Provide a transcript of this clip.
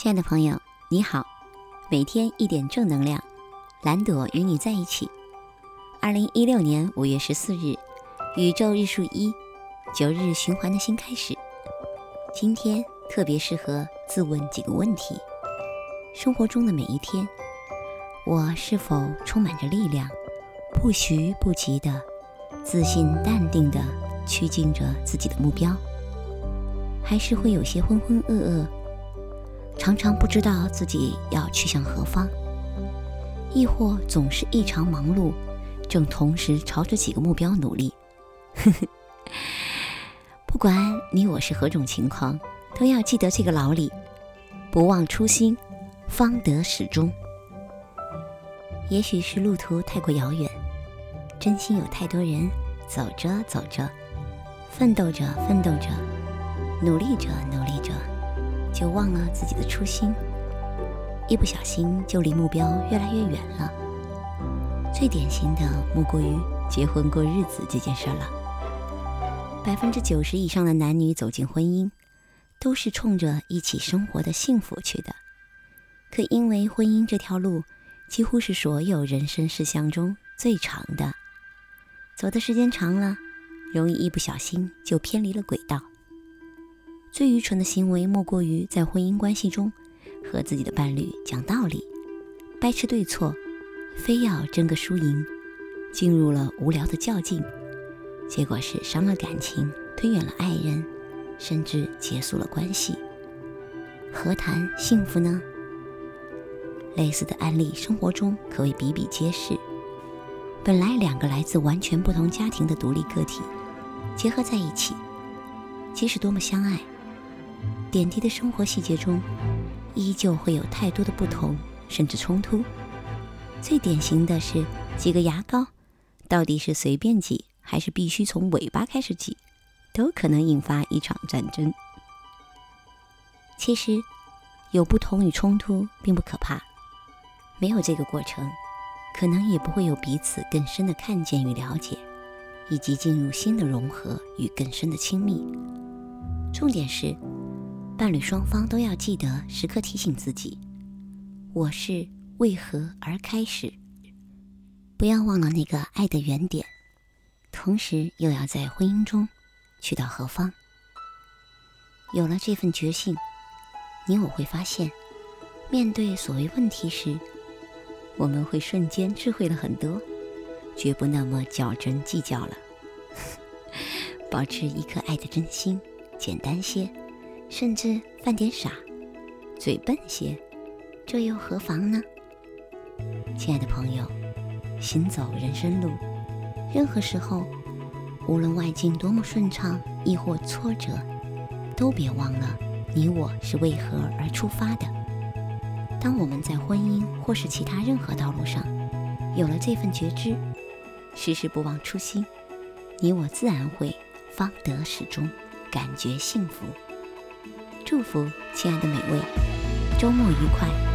亲爱的朋友，你好，每天一点正能量，蓝朵与你在一起。2016年5月14日，宇宙日数1，9日循环的新开始。今天特别适合自问几个问题：生活中的每一天，我是否充满着力量，不徐不急的自信淡定的趋近着自己的目标，还是会有些浑浑噩噩，常常不知道自己要去向何方，亦或总是异常忙碌，正同时朝着几个目标努力。不管你我是何种情况，都要记得这个老理：不忘初心，方得始终。也许是路途太过遥远，真心有太多人走着走着，奋斗着奋斗着，努力着努力着，就忘了自己的初心，一不小心就离目标越来越远了。最典型的莫过于结婚过日子这件事了。90%以上的男女走进婚姻，都是冲着一起生活的幸福去的。可因为婚姻这条路几乎是所有人生事项中最长的，走的时间长了，容易一不小心就偏离了轨道。最愚蠢的行为莫过于在婚姻关系中和自己的伴侣讲道理，掰扯对错，非要争个输赢，进入了无聊的较劲，结果是伤了感情，推远了爱人，甚至结束了关系。何谈幸福呢？类似的案例生活中可谓比比皆是。本来两个来自完全不同家庭的独立个体结合在一起，即使多么相爱，点滴的生活细节中依旧会有太多的不同，甚至冲突。最典型的是挤个牙膏，到底是随便挤还是必须从尾巴开始挤，都可能引发一场战争。其实有不同与冲突并不可怕，没有这个过程，可能也不会有彼此更深的看见与了解，以及进入新的融合与更深的亲密。重点是伴侣双方都要记得时刻提醒自己，我是为何而开始，不要忘了那个爱的原点，同时又要在婚姻中去到何方。有了这份决心，你我会发现，面对所谓问题时，我们会瞬间智慧了很多，绝不那么较真计较了。保持一颗爱的真心，简单些，甚至犯点傻，嘴笨些，这又何妨呢？亲爱的朋友，行走人生路，任何时候，无论外境多么顺畅，亦或挫折，都别忘了你我是为何而出发的。当我们在婚姻或是其他任何道路上有了这份觉知，时时不忘初心，你我自然会方得始终，感觉幸福。祝福亲爱的每位，周末愉快。